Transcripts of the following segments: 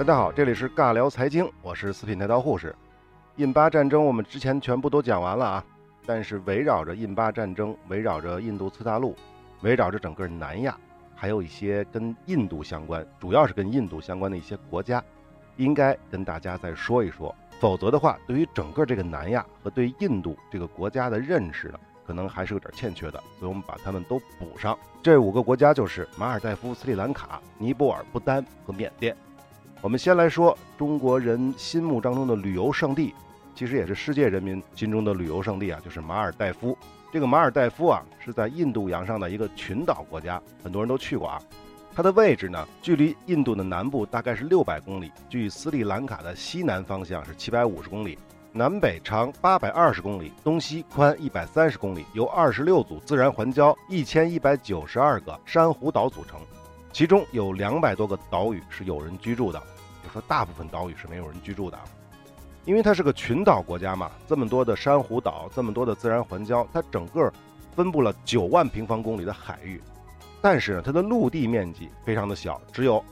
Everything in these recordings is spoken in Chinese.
大家好，这里是尬聊财经，我是四品太刀护士。印巴战争我们之前全部都讲完了啊，但是围绕着印巴战争，围绕着印度次大陆，围绕着整个南亚，还有一些跟印度相关，主要是跟印度相关的一些国家，应该跟大家再说一说。否则的话，对于整个这个南亚和对印度这个国家的认识呢，可能还是有点欠缺的，所以我们把它们都补上。这5个国家就是马尔代夫、斯里兰卡、尼泊尔、不丹和缅甸。我们先来说中国人心目当中的旅游胜地，其实也是世界人民心中的旅游胜地啊，就是马尔代夫。这个马尔代夫啊，是在印度洋上的一个群岛国家，很多人都去过啊。它的位置呢，距离印度的南部大概是600公里，距斯里兰卡的西南方向是750公里，南北长820公里，东西宽130公里，由26组自然环礁、1192个珊瑚岛组成。其中有200多个岛屿是有人居住的，就说大部分岛屿是没有人居住的。因为它是个群岛国家嘛，这么多的珊瑚岛，这么多的自然环礁，它整个分布了9万平方公里的海域。但是呢，它的陆地面积非常的小，只有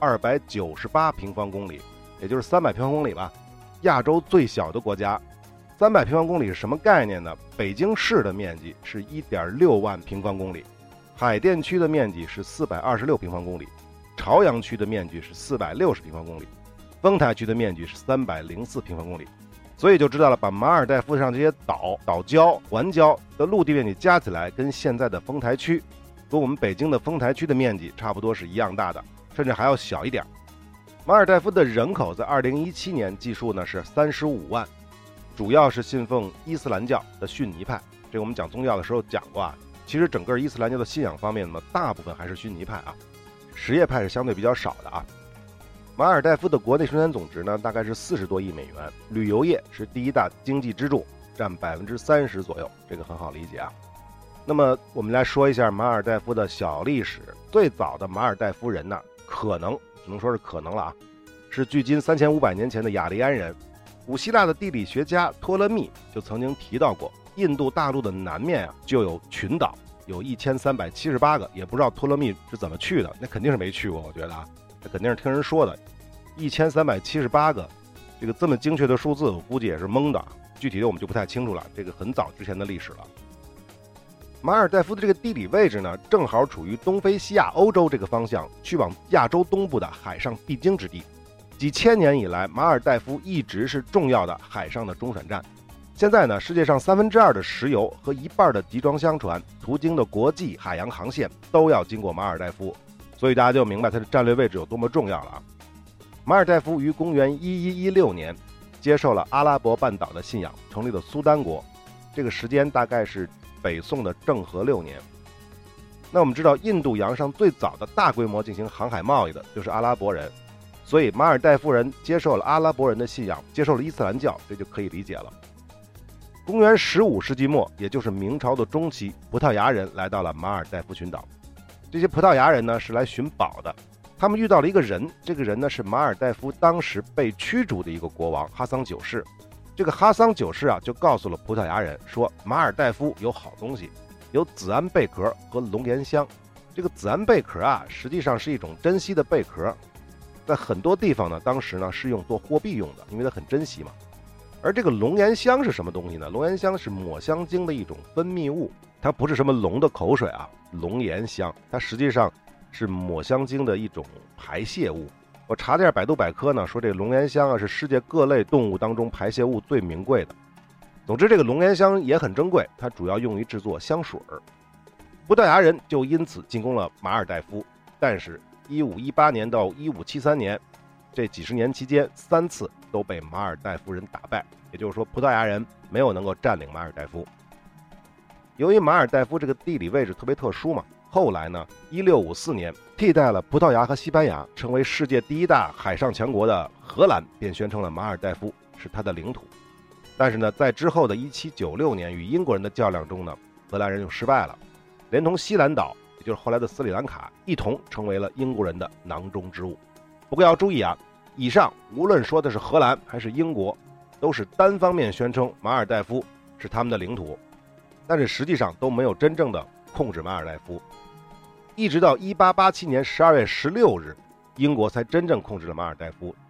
298平方公里，也就是300平方公里吧。亚洲最小的国家，300平方公里是什么概念呢？北京市的面积是1.6万平方公里。海淀区的面积是426平方公里，朝阳区的面积是460平方公里，丰台区的面积是304平方公里。所以就知道了，把马尔代夫上这些岛礁、环礁的陆地面积加起来，跟现在的丰台区，跟我们北京的丰台区的面积差不多是一样大的，甚至还要小一点。马尔代夫的人口在2017年计数呢是35万，主要是信奉伊斯兰教的逊尼派。这个我们讲宗教的时候讲过啊。其实整个伊斯兰教的信仰方面呢，大部分还是逊尼派啊，什叶派是相对比较少的啊。马尔代夫的国内生产总值呢，大概是40多亿美元，旅游业是第一大经济支柱，占30%左右，这个很好理解啊。那么我们来说一下马尔代夫的小历史。最早的马尔代夫人呢，可能只能说是可能了啊，是距今3500年前的雅利安人。古希腊的地理学家托勒密就曾经提到过，印度大陆的南面啊就有群岛，有1378个，也不知道托勒密是怎么去的，那肯定是没去过，我觉得啊，那肯定是听人说的。1378个，这么精确的数字，我估计也是蒙的，具体的我们就不太清楚了，这个很早之前的历史了。马尔代夫的这个地理位置呢，正好处于东非西亚欧洲这个方向，去往亚洲东部的海上必经之地。几千年以来，马尔代夫一直是重要的海上的中转站。现在呢，世界上2/3的石油和1半的集装箱船途经的国际海洋航线都要经过马尔代夫，所以大家就明白它的战略位置有多么重要了啊。马尔代夫于公元1116年接受了阿拉伯半岛的信仰，成立了苏丹国，这个时间大概是北宋的政和6年。那我们知道，印度洋上最早的大规模进行航海贸易的就是阿拉伯人，所以马尔代夫人接受了阿拉伯人的信仰，接受了伊斯兰教，这就可以理解了。公元15世纪末，也就是明朝的中期，葡萄牙人来到了马尔代夫群岛。这些葡萄牙人呢是来寻宝的，他们遇到了一个人，这个人呢是马尔代夫当时被驱逐的一个国王哈桑九世。这个哈桑九世啊就告诉了葡萄牙人说，马尔代夫有好东西，有紫安贝壳和龙涎香。这个紫安贝壳啊，实际上是一种珍稀的贝壳，在很多地方呢，当时呢是用做货币用的，因为它很珍稀嘛。而这个龙涎香是什么东西呢？龙涎香是抹香鲸的一种分泌物，它不是什么龙的口水啊，龙涎香它实际上是抹香鲸的一种排泄物。我查了一下百度百科呢，说这个龙涎香啊是世界各类动物当中排泄物最名贵的。总之，这个龙涎香也很珍贵，它主要用于制作香水。葡萄牙人就因此进攻了马尔代夫，但是1518年到1573年这几十年期间，3次都被马尔代夫人打败，也就是说，葡萄牙人没有能够占领马尔代夫。由于马尔代夫这个地理位置特别特殊嘛，后来呢，1654年替代了葡萄牙和西班牙，成为世界第一大海上强国的荷兰便宣称了马尔代夫是它的领土。但是呢，在之后的1796年与英国人的较量中呢，荷兰人就失败了，连同西兰岛，也就是后来的斯里兰卡，一同成为了英国人的囊中之物。不过要注意啊，以上无论说的是荷兰还是英国，都是单方面宣称马尔代夫是他们的领土，但是实际上都没有真正的控制马尔代夫。一直到1887年12月16日，英国才真正控制了马尔代夫，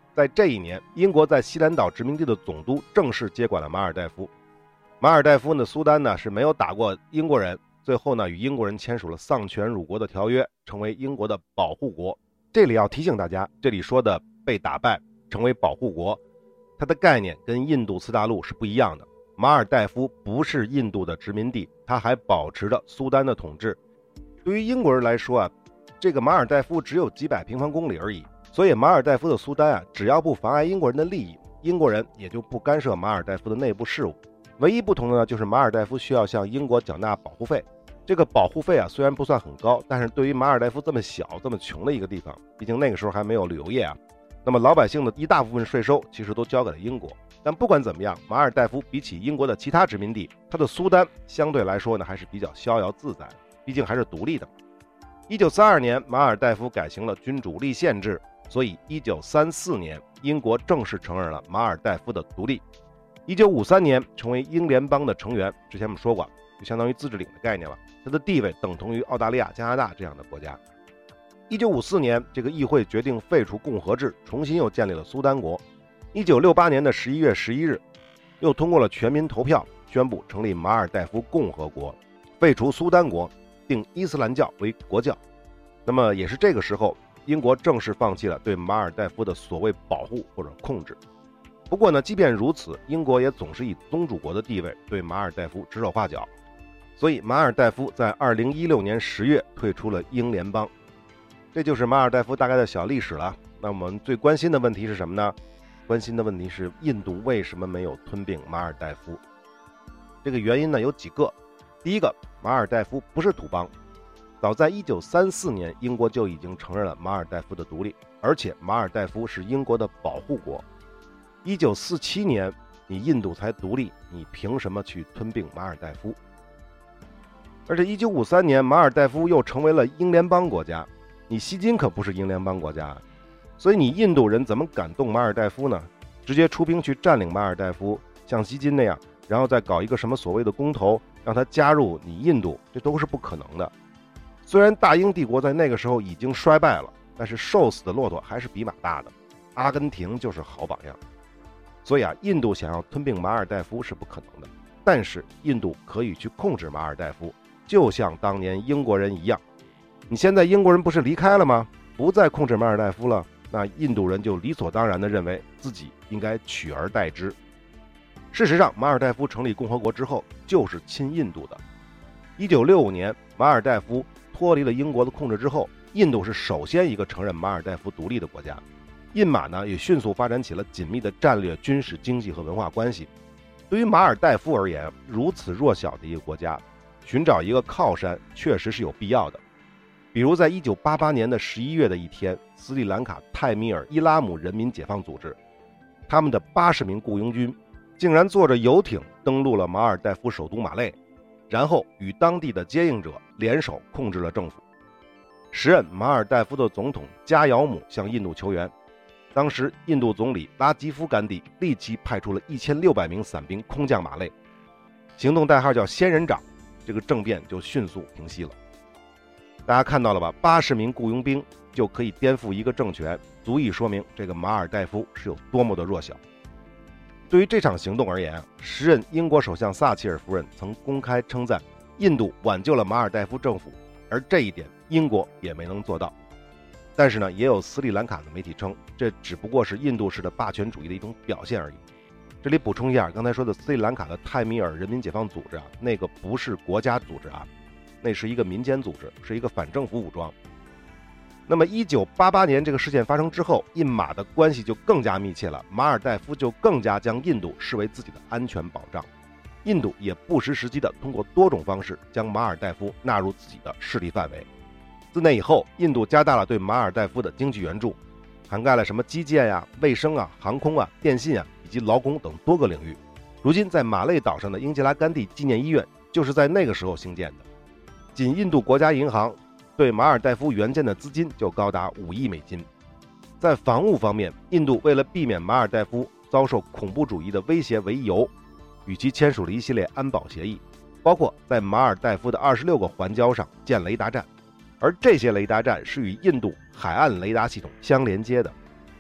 在这一年，英国在西兰岛殖民地的总督正式接管了马尔代夫。马尔代夫呢，苏丹呢是没有打过英国人，最后呢与英国人签署了丧权辱国的条约，成为英国的保护国。这里要提醒大家，这里说的被打败成为保护国，它的概念跟印度次大陆是不一样的。马尔代夫不是印度的殖民地，它还保持着苏丹的统治。对于英国人来说啊，这个马尔代夫只有几百平方公里而已，所以马尔代夫的苏丹啊，只要不妨碍英国人的利益，英国人也就不干涉马尔代夫的内部事务。唯一不同的呢，就是马尔代夫需要向英国缴纳保护费。这个保护费啊，虽然不算很高，但是对于马尔代夫这么小、这么穷的一个地方，毕竟那个时候还没有旅游业啊，那么老百姓的一大部分税收其实都交给了英国。但不管怎么样，马尔代夫比起英国的其他殖民地，它的苏丹相对来说呢，还是比较逍遥自在，毕竟还是独立的。1932年，马尔代夫改行了君主立宪制，所以1934年，英国正式承认了马尔代夫的独立。1953年成为英联邦的成员，之前我们说过，就相当于自治领的概念了，它的地位等同于澳大利亚、加拿大这样的国家。1954年，这个议会决定废除共和制，重新又建立了苏丹国。1968年的11月11日，又通过了全民投票，宣布成立马尔代夫共和国，废除苏丹国，定伊斯兰教为国教。那么也是这个时候，英国正式放弃了对马尔代夫的所谓保护或者控制。不过呢，即便如此，英国也总是以宗主国的地位对马尔代夫指手画脚，所以马尔代夫在2016年10月退出了英联邦。这就是马尔代夫大概的小历史了。那我们最关心的问题是什么呢？关心的问题是印度为什么没有吞并马尔代夫？这个原因呢有几个。第一个，马尔代夫不是土邦，早在1934年，英国就已经承认了马尔代夫的独立，而且马尔代夫是英国的保护国。1947年，你印度才独立，你凭什么去吞并马尔代夫？而且1953年，马尔代夫又成为了英联邦国家，你锡金可不是英联邦国家，所以你印度人怎么敢动马尔代夫呢？直接出兵去占领马尔代夫，像锡金那样，然后再搞一个什么所谓的公投，让他加入你印度，这都是不可能的。虽然大英帝国在那个时候已经衰败了，但是瘦死的骆驼还是比马大的，阿根廷就是好榜样。所以啊，印度想要吞并马尔代夫是不可能的，但是印度可以去控制马尔代夫，就像当年英国人一样。你现在英国人不是离开了吗？不再控制马尔代夫了，那印度人就理所当然地认为自己应该取而代之。事实上，马尔代夫成立共和国之后就是亲印度的。1965年，马尔代夫脱离了英国的控制之后，印度是首先一个承认马尔代夫独立的国家。印马呢也迅速发展起了紧密的战略、军事、经济和文化关系。对于马尔代夫而言，如此弱小的一个国家，寻找一个靠山确实是有必要的。比如在1988年的11月的一天，斯里兰卡泰米尔伊拉姆人民解放组织，他们的80名雇佣军竟然坐着游艇登陆了马尔代夫首都马累，然后与当地的接应者联手控制了政府。时任马尔代夫的总统加尧姆向印度求援，当时印度总理拉吉夫甘地立即派出了1600名伞兵空降马累，行动代号叫仙人掌，这个政变就迅速平息了。大家看到了吧，80名雇佣兵就可以颠覆一个政权，足以说明这个马尔代夫是有多么的弱小。对于这场行动而言，时任英国首相撒切尔夫人曾公开称赞印度挽救了马尔代夫政府，而这一点英国也没能做到。但是呢，也有斯里兰卡的媒体称，这只不过是印度式的霸权主义的一种表现而已。这里补充一下，刚才说的斯里兰卡的泰米尔人民解放组织啊，那个不是国家组织啊，那是一个民间组织，是一个反政府武装。那么1988年这个事件发生之后，印马的关系就更加密切了，马尔代夫就更加将印度视为自己的安全保障。印度也不失时机地通过多种方式将马尔代夫纳入自己的势力范围。自那以后，印度加大了对马尔代夫的经济援助，涵盖了什么基建呀、卫生啊、航空啊、电信啊以及劳工等多个领域。如今在马累岛上的英吉拉甘地纪念医院就是在那个时候兴建的。仅印度国家银行对马尔代夫援建的资金就高达5亿美金。在防务方面，印度为了避免马尔代夫遭受恐怖主义的威胁为由，与其签署了一系列安保协议，包括在马尔代夫的26个环礁上建雷达站，而这些雷达站是与印度海岸雷达系统相连接的。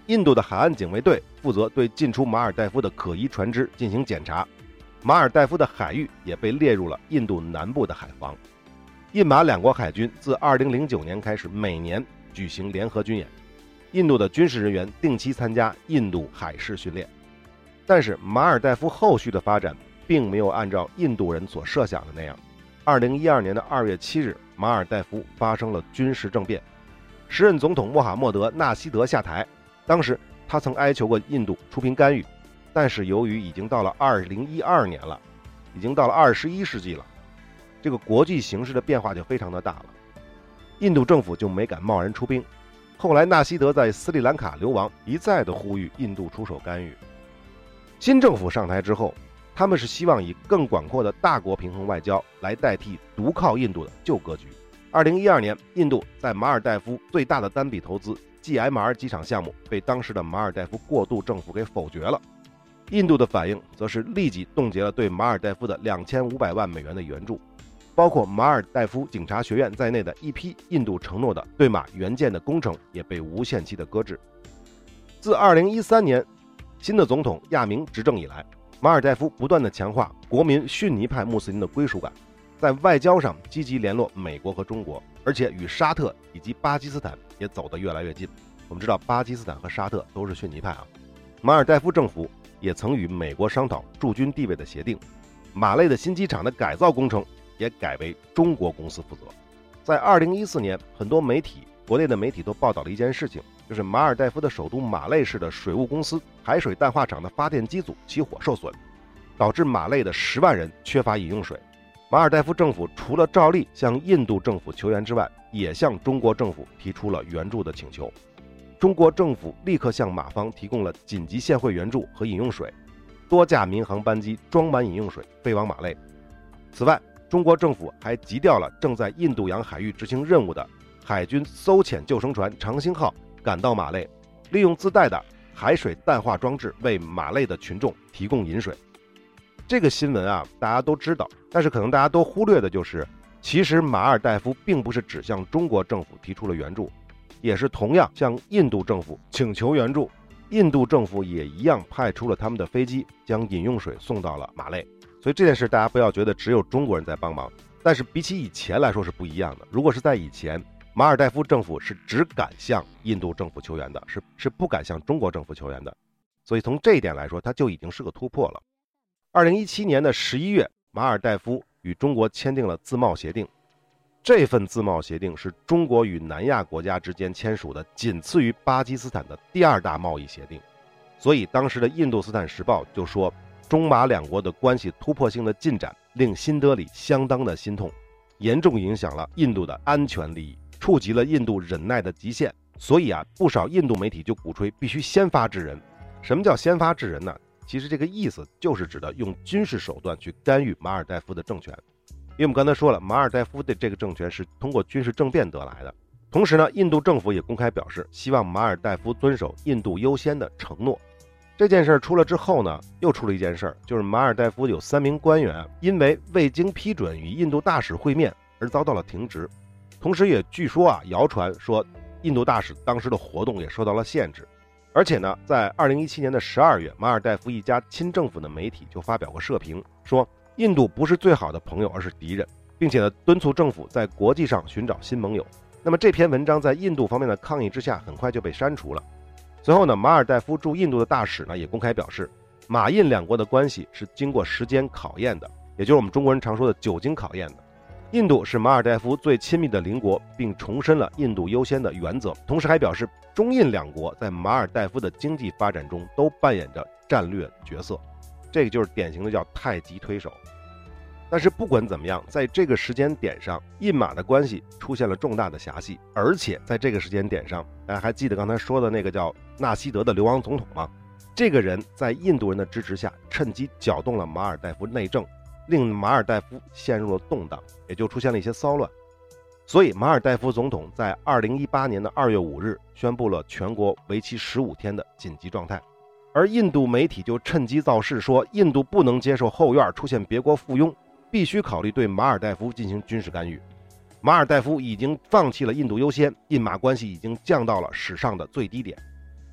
印度的海岸警卫队负责对进出马尔代夫的可疑船只进行检查，马尔代夫的海域也被列入了印度南部的海防。印马两国海军自2009年开始每年举行联合军演，印度的军事人员定期参加印度海事训练。但是马尔代夫后续的发展并没有按照印度人所设想的那样。2012年2月7日，马尔代夫发生了军事政变，时任总统穆罕默德·纳西德下台。当时他曾哀求过印度出兵干预，但是由于已经到了2012年了，已经到了21世纪了，这个国际形势的变化就非常的大了，印度政府就没敢贸然出兵。后来纳西德在斯里兰卡流亡，一再的呼吁印度出手干预。新政府上台之后，他们是希望以更广阔的大国平衡外交来代替独靠印度的旧格局。2012年，印度在马尔代夫最大的单笔投资 GMR 机场项目被当时的马尔代夫过渡政府给否决了。印度的反应则是立即冻结了对马尔代夫的2500万美元的援助，包括马尔代夫警察学院在内的一批印度承诺的对马援建的工程也被无限期的搁置。自2013年新的总统亚明执政以来，马尔代夫不断地强化国民逊尼派穆斯林的归属感，在外交上积极联络美国和中国，而且与沙特以及巴基斯坦也走得越来越近。我们知道巴基斯坦和沙特都是逊尼派啊。马尔代夫政府也曾与美国商讨驻军地位的协定，马累的新机场的改造工程也改为中国公司负责。在2014年，很多媒体，国内的媒体都报道了一件事情，就是马尔代夫的首都马累市的水务公司海水淡化厂的发电机组起火受损，导致马累的10万人缺乏饮用水。马尔代夫政府除了照例向印度政府求援之外，也向中国政府提出了援助的请求。中国政府立刻向马方提供了紧急现汇援助和饮用水，多架民航班机装满饮用水飞往马累。此外，中国政府还急调了正在印度洋海域执行任务的海军搜潜救生船长兴号赶到马累，利用自带的海水淡化装置为马累的群众提供饮水。这个新闻啊，大家都知道，但是可能大家都忽略的就是，其实马尔代夫并不是只向中国政府提出了援助，也是同样向印度政府请求援助。印度政府也一样派出了他们的飞机，将饮用水送到了马累。所以这件事大家不要觉得只有中国人在帮忙，但是比起以前来说是不一样的。如果是在以前，马尔代夫政府是只敢向印度政府求援的，是不敢向中国政府求援的。所以从这一点来说，它就已经是个突破了。2017年11月，马尔代夫与中国签订了自贸协定。这份自贸协定是中国与南亚国家之间签署的仅次于巴基斯坦的第2大贸易协定。所以当时的《印度斯坦时报》就说，中马两国的关系突破性的进展令新德里相当的心痛，严重影响了印度的安全利益，触及了印度忍耐的极限。所以不少印度媒体就鼓吹必须先发制人。什么叫先发制人呢？其实这个意思就是指的用军事手段去干预马尔代夫的政权。因为我们刚才说了，马尔代夫的这个政权是通过军事政变得来的。同时呢，印度政府也公开表示希望马尔代夫遵守印度优先的承诺。这件事出了之后呢，又出了一件事，就是马尔代夫有3名官员因为未经批准与印度大使会面而遭到了停职。同时也据说谣传说印度大使当时的活动也受到了限制。而且呢，在2017年12月，马尔代夫一家亲政府的媒体就发表过社评，说印度不是最好的朋友，而是敌人，并且呢，敦促政府在国际上寻找新盟友。那么这篇文章在印度方面的抗议之下，很快就被删除了。随后呢，马尔代夫驻印度的大使呢也公开表示，马印两国的关系是经过时间考验的，也就是我们中国人常说的久经考验的。印度是马尔代夫最亲密的邻国，并重申了印度优先的原则，同时还表示中印两国在马尔代夫的经济发展中都扮演着战略角色。这个就是典型的叫太极推手。但是不管怎么样，在这个时间点上，印马的关系出现了重大的狭隙，而且在这个时间点上，大家还记得刚才说的那个叫纳西德的流亡总统吗？这个人在印度人的支持下，趁机搅动了马尔代夫内政，令马尔代夫陷入了动荡，也就出现了一些骚乱。所以马尔代夫总统在2018年2月5日宣布了全国为期15天的紧急状态。而印度媒体就趁机造势，说印度不能接受后院出现别国附庸，必须考虑对马尔代夫进行军事干预。马尔代夫已经放弃了印度优先，印马关系已经降到了史上的最低点。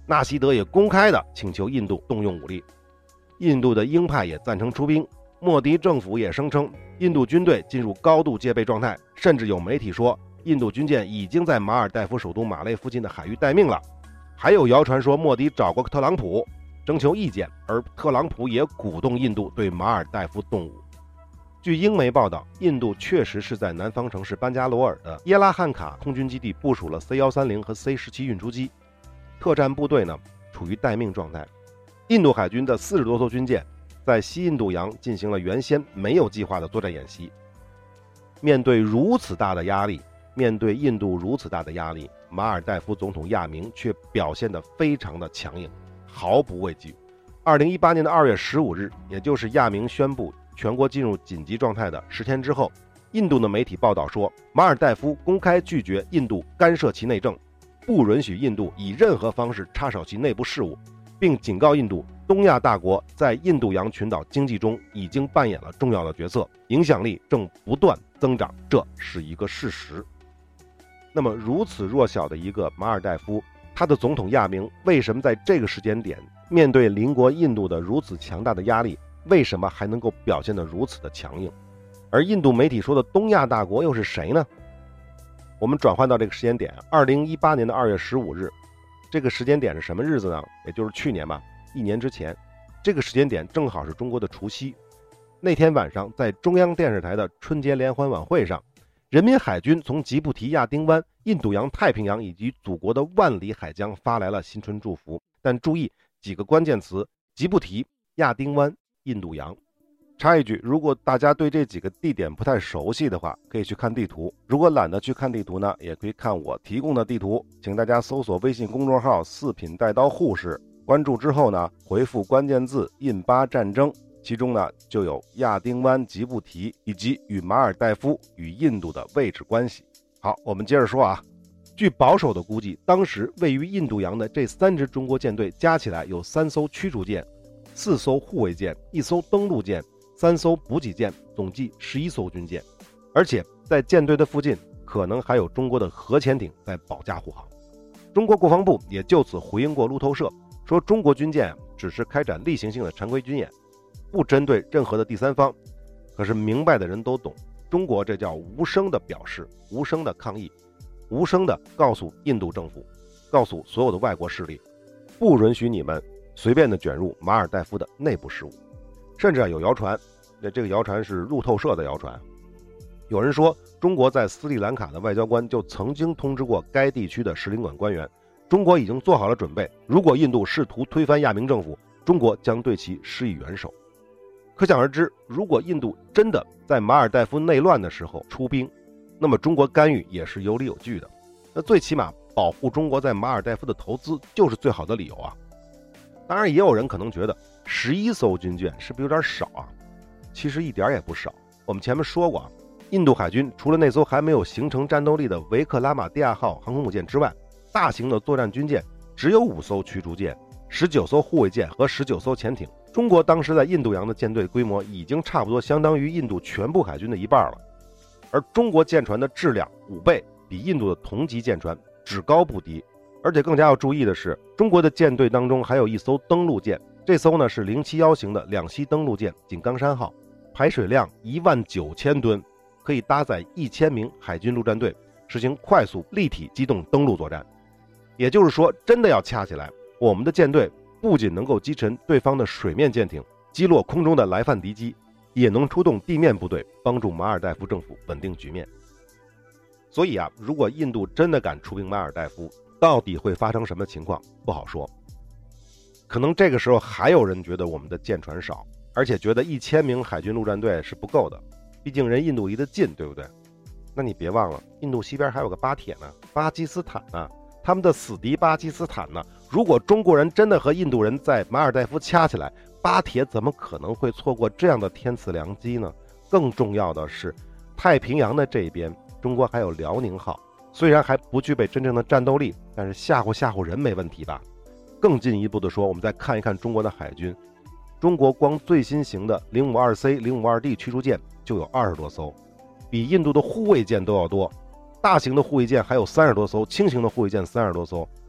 纳西德也公开的请求印度动用武力，印度的鹰派也赞成出兵，莫迪政府也声称印度军队进入高度戒备状态，甚至有媒体说印度军舰已经在马尔代夫首都马累附近的海域待命了。还有谣传说莫迪找过特朗普征求意见，而特朗普也鼓动印度对马尔代夫动武。据英媒报道，印度确实是在南方城市班加罗尔的耶拉汉卡空军基地部署了 C-130 和 C-17 运输机，特战部队呢处于待命状态。印度海军的40多艘军舰在西印度洋进行了原先没有计划的作战演习。面对如此大的压力，面对印度如此大的压力，马尔代夫总统亚明却表现得非常的强硬，毫不畏惧。2018年2月15日，也就是亚明宣布全国进入紧急状态的10天之后，印度的媒体报道说，马尔代夫公开拒绝印度干涉其内政，不允许印度以任何方式插手其内部事务，并警告印度，东亚大国在印度洋群岛经济中已经扮演了重要的角色，影响力正不断增长，这是一个事实。那么如此弱小的一个马尔代夫，他的总统亚明为什么在这个时间点面对邻国印度的如此强大的压力，为什么还能够表现得如此的强硬？而印度媒体说的东亚大国又是谁呢？我们转换到这个时间点，2018年的2月15日，这个时间点是什么日子呢？也就是去年吧，1年之前。这个时间点正好是中国的除夕。那天晚上，在中央电视台的春节联欢晚会上，人民海军从吉布提亚丁湾、印度洋太平洋以及祖国的万里海疆发来了新春祝福。但注意几个关键词：吉布提、亚丁湾、印度洋。插一句，如果大家对这几个地点不太熟悉的话，可以去看地图。如果懒得去看地图呢，也可以看我提供的地图。请大家搜索微信公众号四品带刀护士，关注之后呢，回复关键字印巴战争，其中呢就有亚丁湾、吉布提以及与马尔代夫与印度的位置关系。好，我们接着说啊。据保守的估计，当时位于印度洋的这3支中国舰队加起来有3艘驱逐舰、4艘护卫舰、1艘登陆舰、3艘补给舰，总计11艘军舰。而且在舰队的附近可能还有中国的核潜艇在保驾护航。中国国防部也就此回应过路透社，说中国军舰只是开展例行性的常规军演，不针对任何的第三方。可是明白的人都懂，中国这叫无声的表示，无声的抗议，无声的告诉印度政府，告诉所有的外国势力，不允许你们随便的卷入马尔代夫的内部事务。甚至有谣传，这个谣传是路透社的谣传，有人说中国在斯里兰卡的外交官就曾经通知过该地区的使领馆官员，中国已经做好了准备，如果印度试图推翻亚明政府，中国将对其施以援手。可想而知，如果印度真的在马尔代夫内乱的时候出兵，那么中国干预也是有理有据的。那最起码保护中国在马尔代夫的投资就是最好的理由啊。当然也有人可能觉得11艘军舰是不是有点少啊？其实一点也不少。我们前面说过啊，印度海军除了那艘还没有形成战斗力的维克拉玛蒂亚号航空母舰之外，大型的作战军舰只有5艘驱逐舰、19艘护卫舰和19艘潜艇。中国当时在印度洋的舰队规模已经差不多相当于印度全部海军的一半了，而中国舰船的质量5倍，比印度的同级舰船只高不低。而且更加要注意的是，中国的舰队当中还有1艘登陆舰，这艘呢是071型的两栖登陆舰井冈山号，排水量19000吨，可以搭载1000名海军陆战队，实行快速立体机动登陆作战。也就是说，真的要掐起来，我们的舰队不仅能够击沉对方的水面舰艇，击落空中的来犯敌机，也能出动地面部队帮助马尔代夫政府稳定局面。所以啊，如果印度真的敢出兵马尔代夫，到底会发生什么情况不好说。可能这个时候还有人觉得我们的舰船少，而且觉得1000名海军陆战队是不够的，毕竟人印度离得近，对不对？那你别忘了，印度西边还有个巴铁呢，巴基斯坦呢，他们的死敌巴基斯坦呢。如果中国人真的和印度人在马尔代夫掐起来，巴铁怎么可能会错过这样的天赐良机呢？更重要的是，太平洋的这边，中国还有辽宁号，虽然还不具备真正的战斗力，但是吓唬人没问题吧？更进一步的说，我们再看一看中国的海军，中国光最新型的 052C、052D 驱逐舰就有20多艘，比印度的护卫舰都要多，大型的护卫舰还有30多艘，轻型的护卫舰30多艘。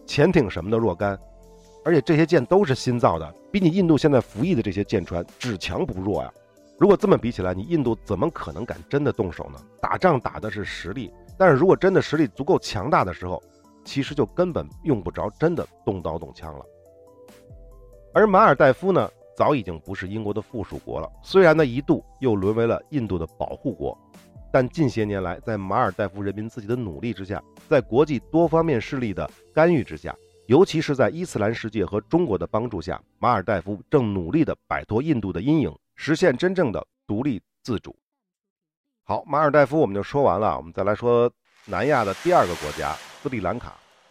潜艇什么的若干，而且这些舰都是新造的，比你印度现在服役的这些舰船只强不弱呀。如果这么比起来，你印度怎么可能敢真的动手呢？打仗打的是实力，但是如果真的实力足够强大的时候，其实就根本用不着真的动刀动枪了。而马尔代夫呢，早已经不是英国的附属国了，虽然呢一度又沦为了印度的保护国，但近些年来，在马尔代夫人民自己的努力之下，在国际多方面势力的干预之下，尤其是在伊斯兰世界和中国的帮助下，马尔代夫正努力地摆脱印度的阴影，实现真正的独立自主。好，马尔代夫我们就说完了，我们再来说南亚的第二个国家斯里兰卡。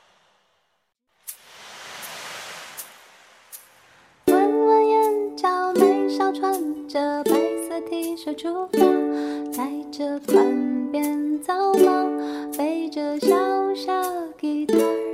弯弯眼角眉梢穿着白色 T 恤出发，在这宽边草帽背着小小吉他。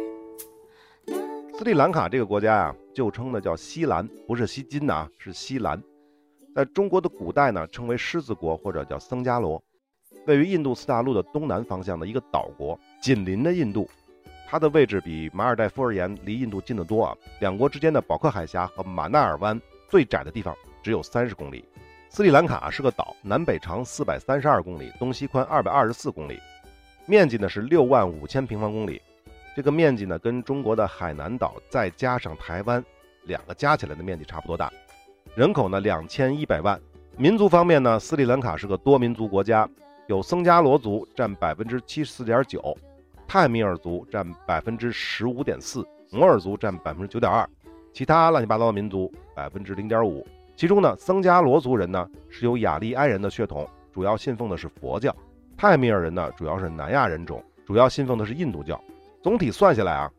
斯里兰卡这个国家啊，就称呢叫西兰，不是西金啊，是西兰。在中国的古代呢，称为狮子国或者叫僧伽罗，位于印度次大陆的东南方向的一个岛国，紧邻的印度。它的位置比马尔代夫而言离印度近得多啊。两国之间的保克海峡和马纳尔湾最窄的地方只有30公里。斯里兰卡是个岛，南北长432公里，东西宽224公里，面积呢是65000平方公里。这个面积呢，跟中国的海南岛再加上台湾两个加起来的面积差不多大。人口呢2100万。民族方面呢，斯里兰卡是个多民族国家，有僧伽罗族占74.9%，泰米尔族占15.4%，摩尔族占9.2%，其他乱七八糟的民族0.5%。其中呢，僧伽罗族人呢是由雅利安人的血统，主要信奉的是佛教；泰米尔人呢主要是南亚人种，主要信奉的是印度教。总体算下来啊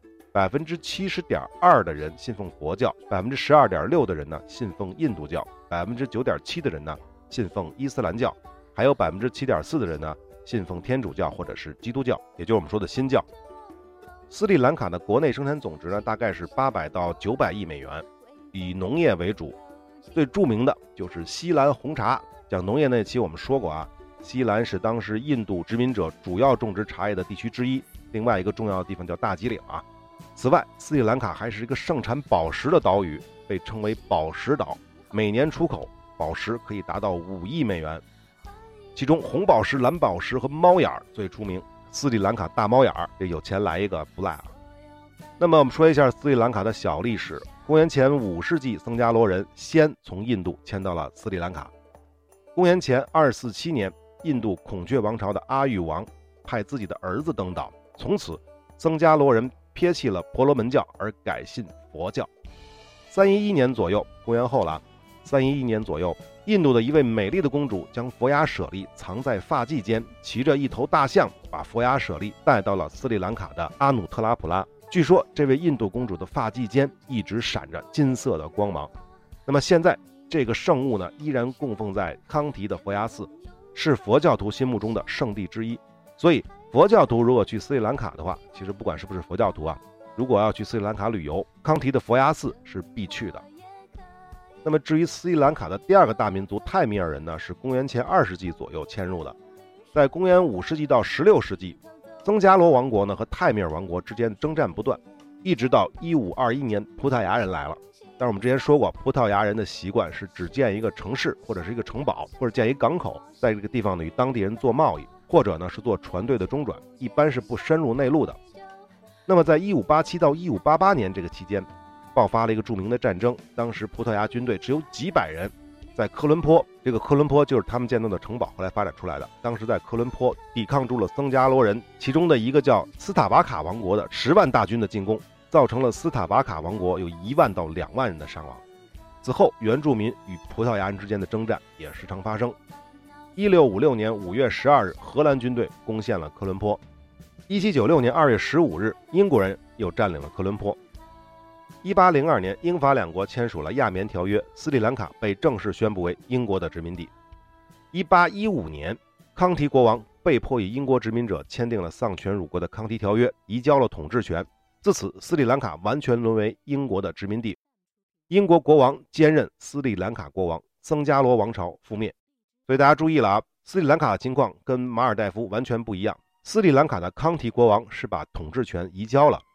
，70.2%的人信奉佛教，12.6%的人呢信奉印度教，9.7%的人呢信奉伊斯兰教，还有7.4%的人呢信奉天主教或者是基督教，也就是我们说的新教。斯里兰卡的国内生产总值呢大概是800到900亿美元，以农业为主。最著名的就是西兰红茶。讲农业那期我们说过啊，西兰是当时印度殖民者主要种植茶叶的地区之一。另外一个重要的地方叫大吉岭啊。此外，斯里兰卡还是一个盛产宝石的岛屿，被称为宝石岛，每年出口宝石可以达到5亿美元。其中红宝石、蓝宝石和猫眼最出名，斯里兰卡大猫眼，这有钱来一个不赖啊。那么我们说一下斯里兰卡的小历史。公元前5世纪，僧伽罗人先从印度迁到了斯里兰卡。公元前247年，印度孔雀王朝的阿育王派自己的儿子登岛，从此僧伽罗人撇弃了婆罗门教而改信佛教。311年左右，公元后了，311年左右，印度的一位美丽的公主将佛牙舍利藏在发髻间，骑着一头大象把佛牙舍利带到了斯里兰卡的阿努特拉普拉。据说这位印度公主的发髻间一直闪着金色的光芒。那么现在这个圣物呢，依然供奉在康提的佛牙寺，是佛教徒心目中的圣地之一。所以佛教徒如果去斯里兰卡的话，其实不管是不是佛教徒啊，如果要去斯里兰卡旅游，康提的佛牙寺是必去的。那么至于斯里兰卡的第二个大民族泰米尔人呢，是公元前2世纪左右迁入的。在公元5世纪到16世纪，僧伽罗王国呢和泰米尔王国之间征战不断，一直到1521年葡萄牙人来了。但是我们之前说过，葡萄牙人的习惯是只建一个城市或者是一个城堡，或者建一港口，在这个地方呢与当地人做贸易，或者呢是做船队的中转，一般是不深入内陆的。那么在1587到1588年这个期间，爆发了一个著名的战争，当时葡萄牙军队只有几百人，在科伦坡，这个科伦坡就是他们建造的城堡，后来发展出来的。当时在科伦坡抵抗住了僧伽罗人其中的一个叫斯塔瓦卡王国的10万大军的进攻，造成了斯塔瓦卡王国有1万到2万人的伤亡。此后原住民与葡萄牙人之间的征战也时常发生。1656年5月12日，荷兰军队攻陷了科伦坡。1796年2月15日，英国人又占领了科伦坡。1802年，英法两国签署了亚眠条约，斯里兰卡被正式宣布为英国的殖民地。1815年，康提国王被迫与英国殖民者签订了丧权辱国的康提条约，移交了统治权。自此，斯里兰卡完全沦为英国的殖民地。英国国王兼任斯里兰卡国王，僧伽罗王朝覆灭。所以大家注意了啊，斯里兰卡的情况跟马尔代夫完全不一样。斯里兰卡的康提国王是把统治权移交了，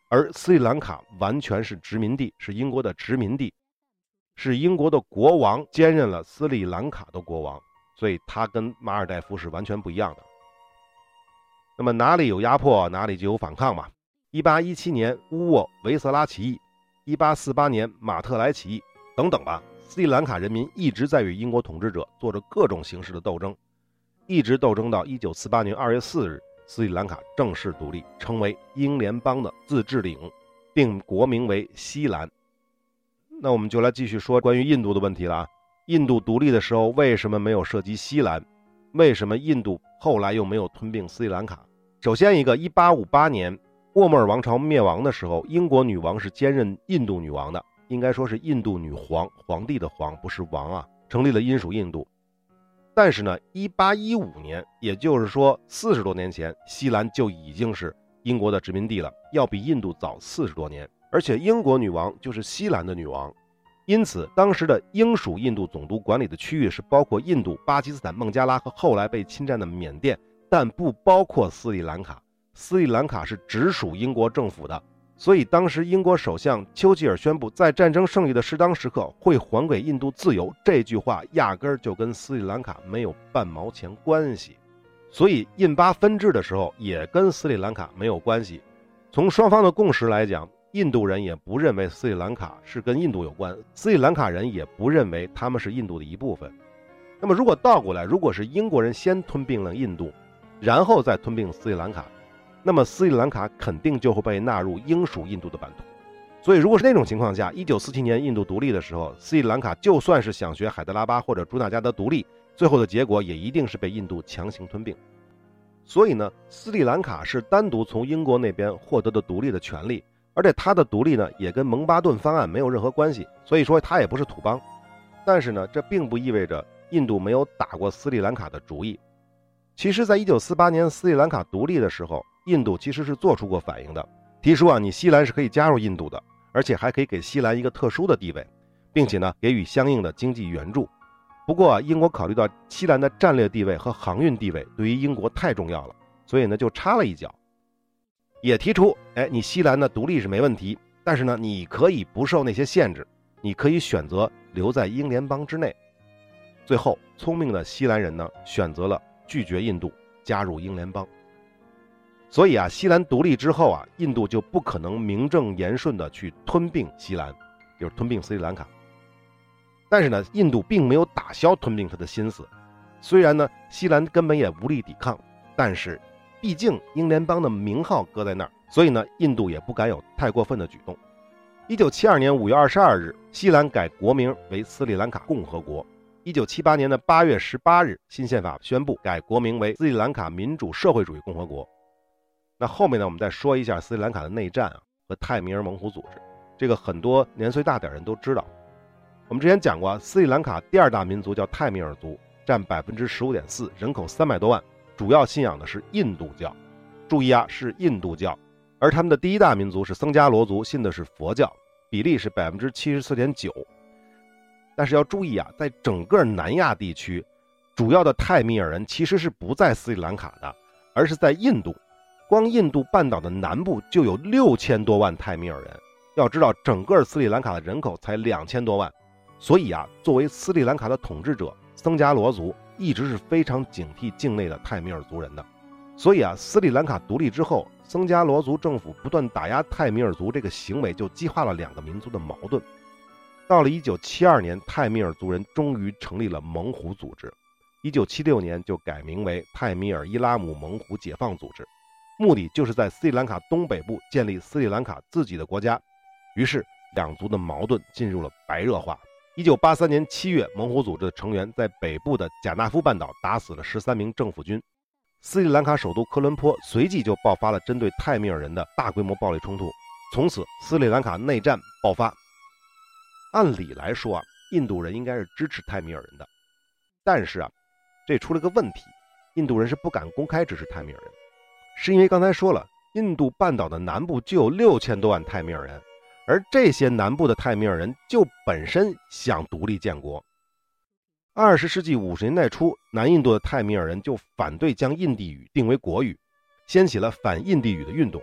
而斯里兰卡完全是殖民地，是英国的殖民地，是英国的国王兼任了斯里兰卡的国王，所以他跟马尔代夫是完全不一样的。那么哪里有压迫，哪里就有反抗嘛。1817年乌沃维瑟拉起义，1848年马特莱起义等等吧，斯里兰卡人民一直在与英国统治者做着各种形式的斗争，一直斗争到1948年2月4日，斯里兰卡正式独立，成为英联邦的自治领，并国名为西兰。那我们就来继续说关于印度的问题了啊。印度独立的时候为什么没有涉及西兰？为什么印度后来又没有吞并斯里兰卡？首先一个，1858年沃莫尔王朝灭亡的时候，英国女王是兼任印度女王的，应该说是印度女皇，皇帝的皇，不是王啊，成立了英属印度。但是呢，1815年，也就是说40多年前，西兰就已经是英国的殖民地了，要比印度早40多年，而且英国女王就是西兰的女王。因此当时的英属印度总督管理的区域是包括印度、巴基斯坦、孟加拉和后来被侵占的缅甸，但不包括斯里兰卡。斯里兰卡是直属英国政府的，所以当时英国首相丘吉尔宣布在战争胜利的适当时刻会还给印度自由，这句话压根儿就跟斯里兰卡没有半毛钱关系。所以印巴分治的时候也跟斯里兰卡没有关系。从双方的共识来讲，印度人也不认为斯里兰卡是跟印度有关，斯里兰卡人也不认为他们是印度的一部分。那么如果倒过来，如果是英国人先吞并了印度，然后再吞并斯里兰卡，那么斯里兰卡肯定就会被纳入英属印度的版图。所以如果是那种情况下，1947年印度独立的时候，斯里兰卡就算是想学海德拉巴或者朱纳加德独立，最后的结果也一定是被印度强行吞并。所以呢，斯里兰卡是单独从英国那边获得的独立的权利，而且它的独立呢也跟蒙巴顿方案没有任何关系，所以说它也不是土邦。但是呢，这并不意味着印度没有打过斯里兰卡的主意。其实在1948年斯里兰卡独立的时候，印度其实是做出过反应的，提出你西兰是可以加入印度的，而且还可以给西兰一个特殊的地位，并且呢给予相应的经济援助。不过英国考虑到西兰的战略地位和航运地位对于英国太重要了，所以呢就插了一脚，也提出你西兰的独立是没问题，但是呢你可以不受那些限制，你可以选择留在英联邦之内。最后聪明的西兰人呢选择了拒绝印度加入英联邦。所以西兰独立之后印度就不可能名正言顺的去吞并西兰，就是吞并斯里兰卡。但是呢，印度并没有打消吞并他的心思。虽然呢，西兰根本也无力抵抗，但是毕竟英联邦的名号搁在那儿，所以呢，印度也不敢有太过分的举动。1972年5月22日，西兰改国名为斯里兰卡共和国。1978年的8月18日，新宪法宣布改国名为斯里兰卡民主社会主义共和国。那后面呢，我们再说一下斯里兰卡的内战和泰米尔猛虎组织，这个很多年岁大点人都知道。我们之前讲过，斯里兰卡第二大民族叫泰米尔族，占 15.4%， 人口300多万，主要信仰的是印度教。注意是印度教。而他们的第一大民族是僧伽罗族，信的是佛教，比例是 74.9%。但是要注意在整个南亚地区，主要的泰米尔人其实是不在斯里兰卡的，而是在印度。光印度半岛的南部就有6000多万泰米尔人。要知道整个斯里兰卡的人口才2000多万，所以作为斯里兰卡的统治者，僧伽罗族一直是非常警惕境内的泰米尔族人的。所以斯里兰卡独立之后，僧伽罗族政府不断打压泰米尔族这个行为，就激化了两个民族的矛盾。到了1972年，泰米尔族人终于成立了猛虎组织，1976年就改名为泰米尔伊拉姆猛虎解放组织，目的就是在斯里兰卡东北部建立斯里兰卡自己的国家。于是两族的矛盾进入了白热化。1983年7月，猛虎组织的成员在北部的贾纳夫半岛打死了13名政府军。斯里兰卡首都科伦坡随即就爆发了针对泰米尔人的大规模暴力冲突，从此斯里兰卡内战爆发。按理来说印度人应该是支持泰米尔人的，但是这出了个问题，印度人是不敢公开支持泰米尔人，是因为刚才说了，印度半岛的南部就有6000多万泰米尔人，而这些南部的泰米尔人就本身想独立建国。20世纪50年代初，南印度的泰米尔人就反对将印地语定为国语，掀起了反印地语的运动。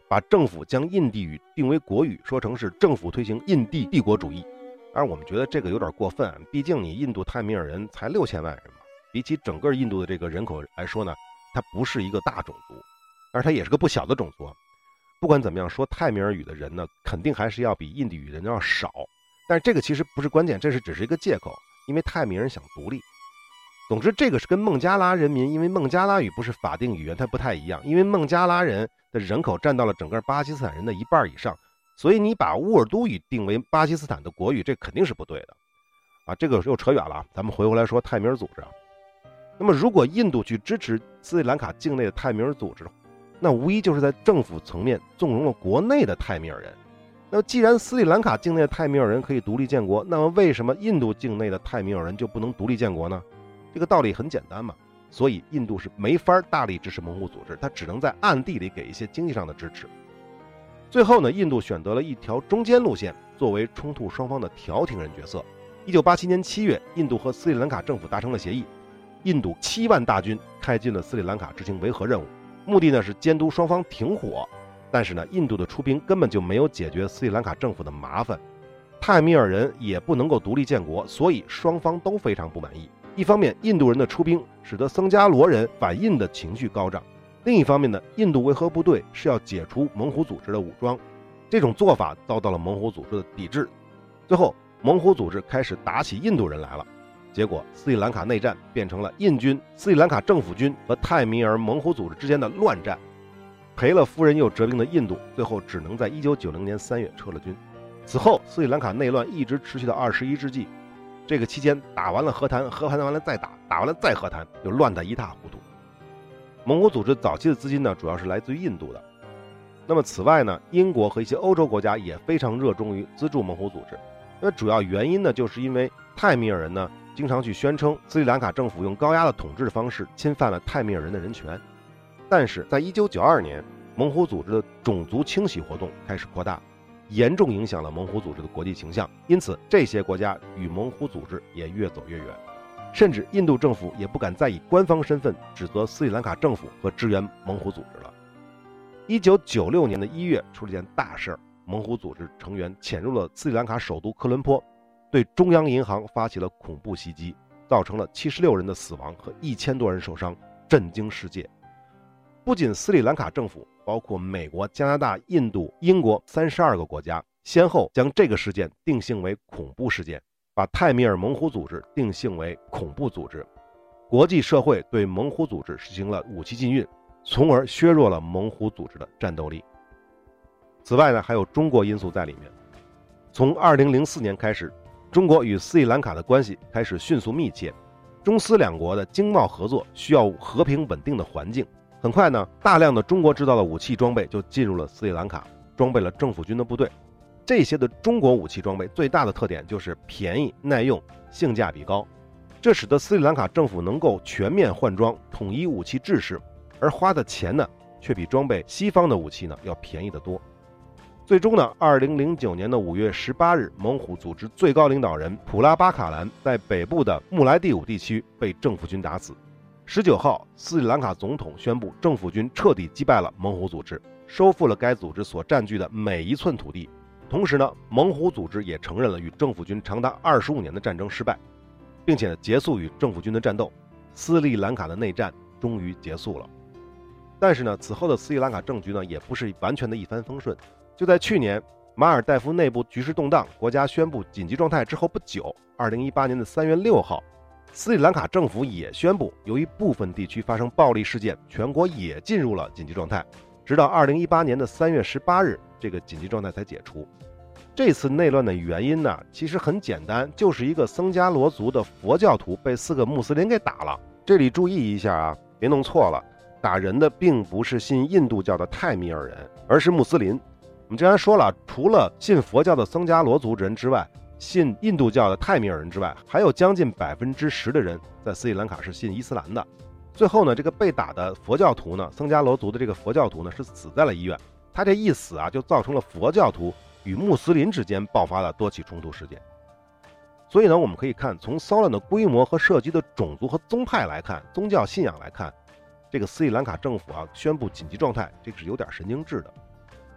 把政府将印地语定为国语，说成是政府推行印地帝国主义。当然我们觉得这个有点过分，毕竟你印度泰米尔人才6000万人嘛，比起整个印度的这个人口来说呢，它不是一个大种族，但是它也是个不小的种族。不管怎么样，说泰米尔语的人呢，肯定还是要比印地语人要少。但是这个其实不是关键，这只是一个借口，因为泰米尔人想独立。总之，这个是跟孟加拉人民，因为孟加拉语不是法定语言，它不太一样。因为孟加拉人的人口占到了整个巴基斯坦人的1半以上，所以你把乌尔都语定为巴基斯坦的国语，这肯定是不对的啊！这个又扯远了，咱们回过来说泰米尔组织。那么，如果印度去支持斯里兰卡境内的泰米尔组织，那无疑就是在政府层面纵容了国内的泰米尔人。那么，既然斯里兰卡境内的泰米尔人可以独立建国，那么为什么印度境内的泰米尔人就不能独立建国呢？这个道理很简单嘛，所以印度是没法大力支持猛虎组织，它只能在暗地里给一些经济上的支持。最后呢，印度选择了一条中间路线，作为冲突双方的调停人角色。1987年7月，印度和斯里兰卡政府达成了协议，印度7万大军开进了斯里兰卡执行维和任务，目的呢是监督双方停火。但是呢，印度的出兵根本就没有解决斯里兰卡政府的麻烦，泰米尔人也不能够独立建国，所以双方都非常不满意。一方面，印度人的出兵使得僧伽罗人反印的情绪高涨；另一方面呢，印度维和部队是要解除猛虎组织的武装，这种做法遭到了猛虎组织的抵制。最后，猛虎组织开始打起印度人来了，结果斯里兰卡内战变成了印军、斯里兰卡政府军和泰米尔猛虎组织之间的乱战。赔了夫人又折兵的印度，最后只能在1990年3月撤了军。此后，斯里兰卡内乱一直持续到21世纪。这个期间打完了和谈，和谈完了再打，打完了再和谈，就乱得一塌糊涂。猛虎组织早期的资金呢，主要是来自于印度的。那么此外呢，英国和一些欧洲国家也非常热衷于资助猛虎组织。那主要原因呢，就是因为泰米尔人呢经常去宣称斯里兰卡政府用高压的统治的方式侵犯了泰米尔人的人权。但是在1992年，猛虎组织的种族清洗活动开始扩大，严重影响了猛虎组织的国际形象，因此这些国家与猛虎组织也越走越远，甚至印度政府也不敢再以官方身份指责斯里兰卡政府和支援猛虎组织了。1996年1月出了件大事，猛虎组织成员潜入了斯里兰卡首都科伦坡，对中央银行发起了恐怖袭击，造成了76人的死亡和1000多人受伤，震惊世界。不仅斯里兰卡政府，包括美国、加拿大、印度、英国32个国家先后将这个事件定性为恐怖事件，把泰米尔猛虎组织定性为恐怖组织。国际社会对猛虎组织实行了武器禁运，从而削弱了猛虎组织的战斗力。此外呢，还有中国因素在里面。从2004年开始，中国与斯里兰卡的关系开始迅速密切，中斯两国的经贸合作需要和平稳定的环境。很快呢，大量的中国制造的武器装备就进入了斯里兰卡，装备了政府军的部队。这些的中国武器装备最大的特点就是便宜、耐用、性价比高，这使得斯里兰卡政府能够全面换装，统一武器制式，而花的钱呢，却比装备西方的武器呢要便宜得多。最终呢，2009年5月18日，猛虎组织最高领导人普拉巴卡兰在北部的穆莱蒂武地区被政府军打死。19号，斯里兰卡总统宣布政府军彻底击败了猛虎组织，收复了该组织所占据的每一寸土地。同时呢，猛虎组织也承认了与政府军长达25年的战争失败，并且结束与政府军的战斗。斯里兰卡的内战终于结束了。但是呢，此后的斯里兰卡政局呢，也不是完全的一帆风顺。就在去年，马尔代夫内部局势动荡，国家宣布紧急状态之后不久，2018年3月6号，斯里兰卡政府也宣布，由于部分地区发生暴力事件，全国也进入了紧急状态。直到2018年3月18日，这个紧急状态才解除。这次内乱的原因呢，其实很简单，就是一个僧伽罗族的佛教徒被4个穆斯林给打了。这里注意一下啊，别弄错了，打人的并不是信印度教的泰米尔人，而是穆斯林。我们之前说了，除了信佛教的僧伽罗族人之外，信印度教的泰米尔人之外，还有将近10%的人在斯里兰卡是信伊斯兰的。最后呢，这个被打的佛教徒呢，僧伽罗族的这个佛教徒呢，是死在了医院。他这一死啊，就造成了佛教徒与穆斯林之间爆发了多起冲突事件。所以呢，我们可以看，从骚乱的规模和涉及的种族和宗派来看，宗教信仰来看，这个斯里兰卡政府啊宣布紧急状态，这个是有点神经质的。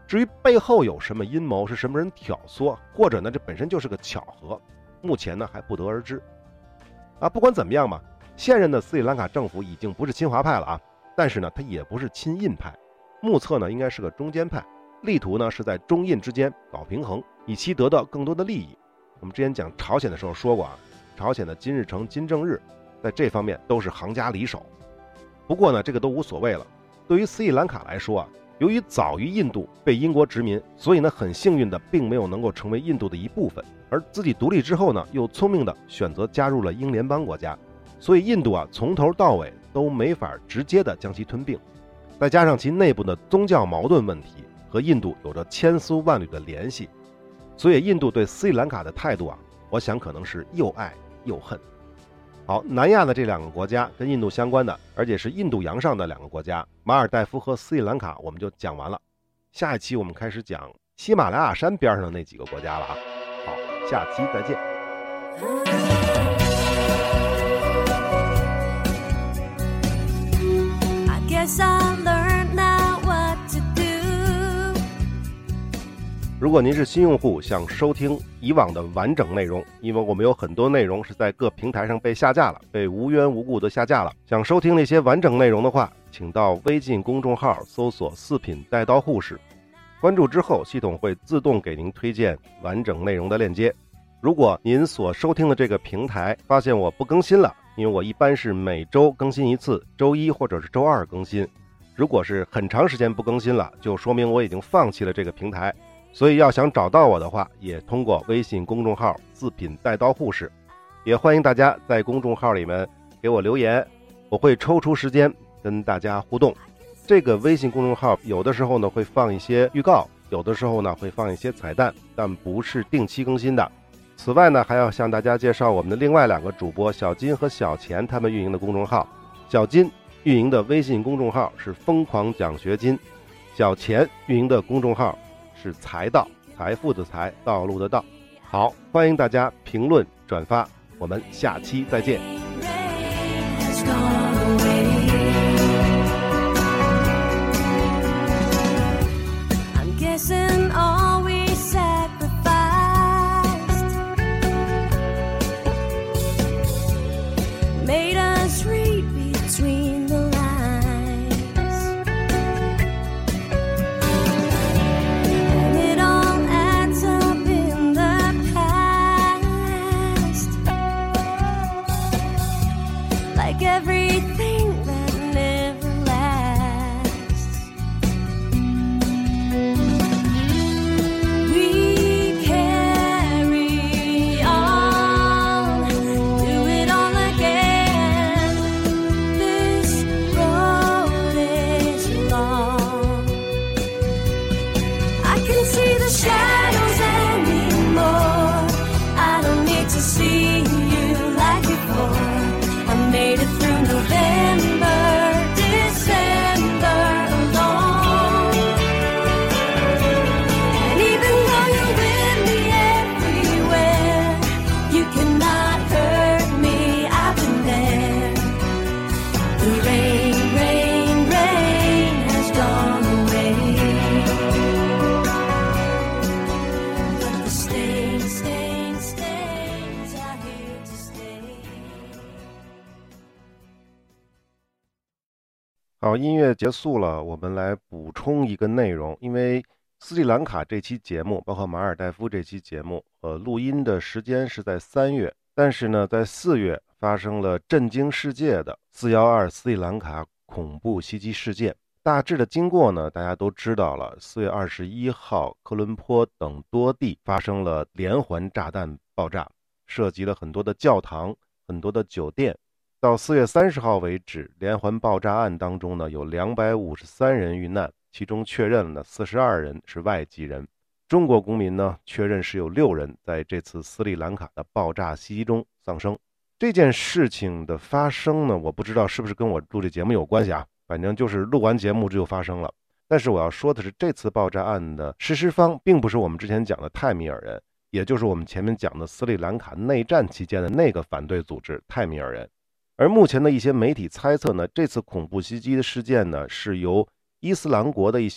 至于背后有什么阴谋，是什么人挑唆，或者呢这本身就是个巧合，目前呢还不得而知。不管怎么样吧，现任的斯里兰卡政府已经不是亲华派了啊，但是呢它也不是亲印派，目测呢应该是个中间派，力图呢是在中印之间搞平衡，以期得到更多的利益。我们之前讲朝鲜的时候说过啊，朝鲜的金日成、金正日在这方面都是行家里手。不过呢这个都无所谓了，对于斯里兰卡来说啊，由于早于印度被英国殖民，所以呢很幸运的并没有能够成为印度的一部分，而自己独立之后呢又聪明的选择加入了英联邦国家，所以印度啊从头到尾都没法直接的将其吞并。再加上其内部的宗教矛盾问题和印度有着千丝万缕的联系，所以印度对斯里兰卡的态度啊，我想可能是又爱又恨。好，南亚的这两个国家跟印度相关的，而且是印度洋上的两个国家，马尔代夫和斯里兰卡我们就讲完了。下一期我们开始讲喜马拉雅山边上的那几个国家了啊。好，下期再见。如果您是新用户，想收听以往的完整内容，因为我们有很多内容是在各平台上被下架了，被无缘无故的下架了，想收听那些完整内容的话，请到微信公众号搜索四品带刀护士，关注之后系统会自动给您推荐完整内容的链接。如果您所收听的这个平台发现我不更新了，因为我一般是每周更新一次，周一或者是周二更新，如果是很长时间不更新了，就说明我已经放弃了这个平台。所以要想找到我的话，也通过微信公众号四品带刀护士，也欢迎大家在公众号里面给我留言，我会抽出时间跟大家互动。这个微信公众号有的时候呢会放一些预告，有的时候呢会放一些彩蛋，但不是定期更新的。此外呢还要向大家介绍我们的另外两个主播小金和小钱他们运营的公众号。小金运营的微信公众号是疯狂奖学金，小钱运营的公众号是财道，财富的财，道路的道。好，欢迎大家评论转发，我们下期再见。好，音乐结束了，我们来补充一个内容。因为斯里兰卡这期节目，包括马尔代夫这期节目，录音的时间是在3月，但是呢，在4月发生了震惊世界的412斯里兰卡恐怖袭击事件。大致的经过呢，大家都知道了。4月21号，科伦坡等多地发生了连环炸弹爆炸，涉及了很多的教堂、很多的酒店。到4月30号为止，连环爆炸案当中呢，有253人遇难，其中确认了42人是外籍人。中国公民呢，确认是有6人在这次斯里兰卡的爆炸袭击中丧生。这件事情的发生呢，我不知道是不是跟我录这节目有关系啊，反正就是录完节目就发生了。但是我要说的是，这次爆炸案的实施方并不是我们之前讲的泰米尔人，也就是我们前面讲的斯里兰卡内战期间的那个反对组织泰米尔人。而目前的一些媒体猜测呢，这次恐怖袭击的事件呢，是由伊斯兰国的一些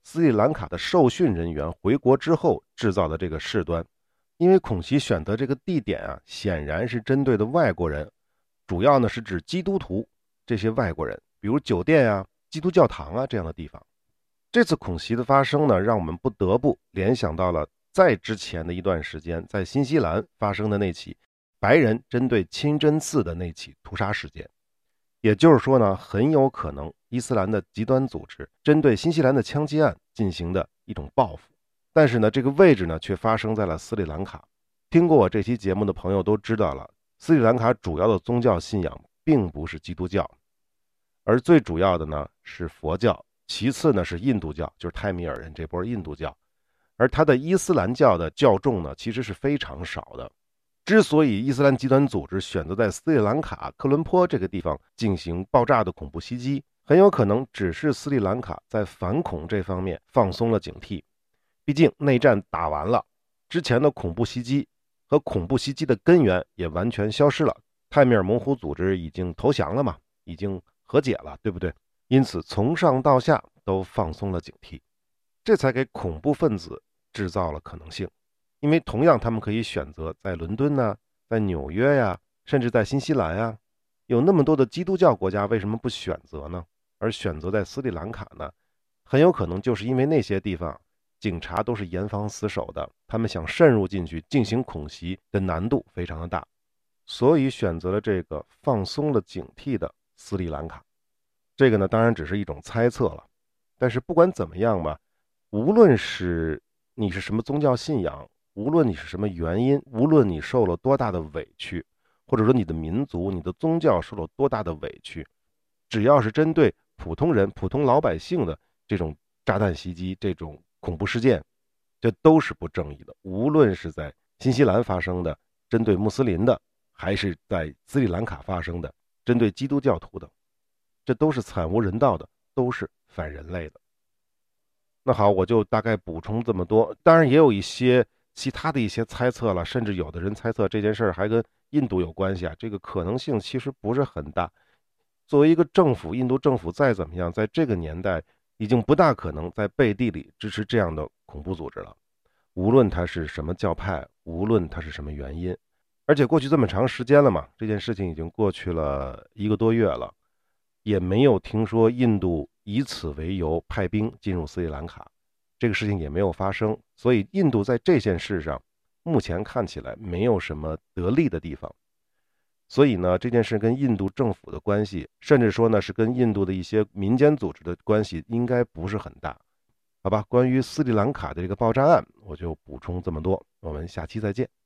斯里兰卡的受训人员回国之后制造的这个事端。因为孔熙选择这个地点啊，显然是针对的外国人，主要呢是指基督徒这些外国人，比如酒店啊、基督教堂啊这样的地方。这次恐袭的发生呢，让我们不得不联想到了在之前的一段时间在新西兰发生的那起白人针对清真寺的那起屠杀事件。也就是说呢，很有可能伊斯兰的极端组织针对新西兰的枪击案进行的一种报复。但是呢，这个位置呢却发生在了斯里兰卡。听过我这期节目的朋友都知道了，斯里兰卡主要的宗教信仰并不是基督教，而最主要的呢是佛教，其次呢是印度教，就是泰米尔人这波印度教，而他的伊斯兰教的教众呢其实是非常少的。之所以伊斯兰极端组织选择在斯里兰卡科伦坡这个地方进行爆炸的恐怖袭击，很有可能只是斯里兰卡在反恐这方面放松了警惕。毕竟内战打完了，之前的恐怖袭击和恐怖袭击的根源也完全消失了，泰米尔猛虎组织已经投降了嘛，已经和解了，对不对？因此从上到下都放松了警惕，这才给恐怖分子制造了可能性。因为同样他们可以选择在伦敦呢，在纽约呀，甚至在新西兰呀，有那么多的基督教国家，为什么不选择呢？而选择在斯里兰卡呢？很有可能就是因为那些地方警察都是严防死守的，他们想渗入进去进行恐袭的难度非常的大，所以选择了这个放松了警惕的斯里兰卡。这个呢当然只是一种猜测了，但是不管怎么样吧，无论是你是什么宗教信仰，无论你是什么原因，无论你受了多大的委屈，或者说你的民族、你的宗教受了多大的委屈，只要是针对普通人、普通老百姓的这种炸弹袭击、这种恐怖事件，这都是不正义的。无论是在新西兰发生的针对穆斯林的，还是在斯里兰卡发生的针对基督教徒的，这都是惨无人道的，都是反人类的。那好，我就大概补充这么多。当然也有一些其他的一些猜测了，甚至有的人猜测这件事还跟印度有关系啊，这个可能性其实不是很大。作为一个政府，印度政府再怎么样，在这个年代已经不大可能在背地里支持这样的恐怖组织了，无论他是什么教派，无论他是什么原因。而且过去这么长时间了嘛，这件事情已经过去了1个多月了，也没有听说印度以此为由派兵进入斯里兰卡，这个事情也没有发生。所以印度在这件事上目前看起来没有什么得利的地方。所以呢，这件事跟印度政府的关系，甚至说呢是跟印度的一些民间组织的关系，应该不是很大。好吧，关于斯里兰卡的这个爆炸案，我就补充这么多，我们下期再见。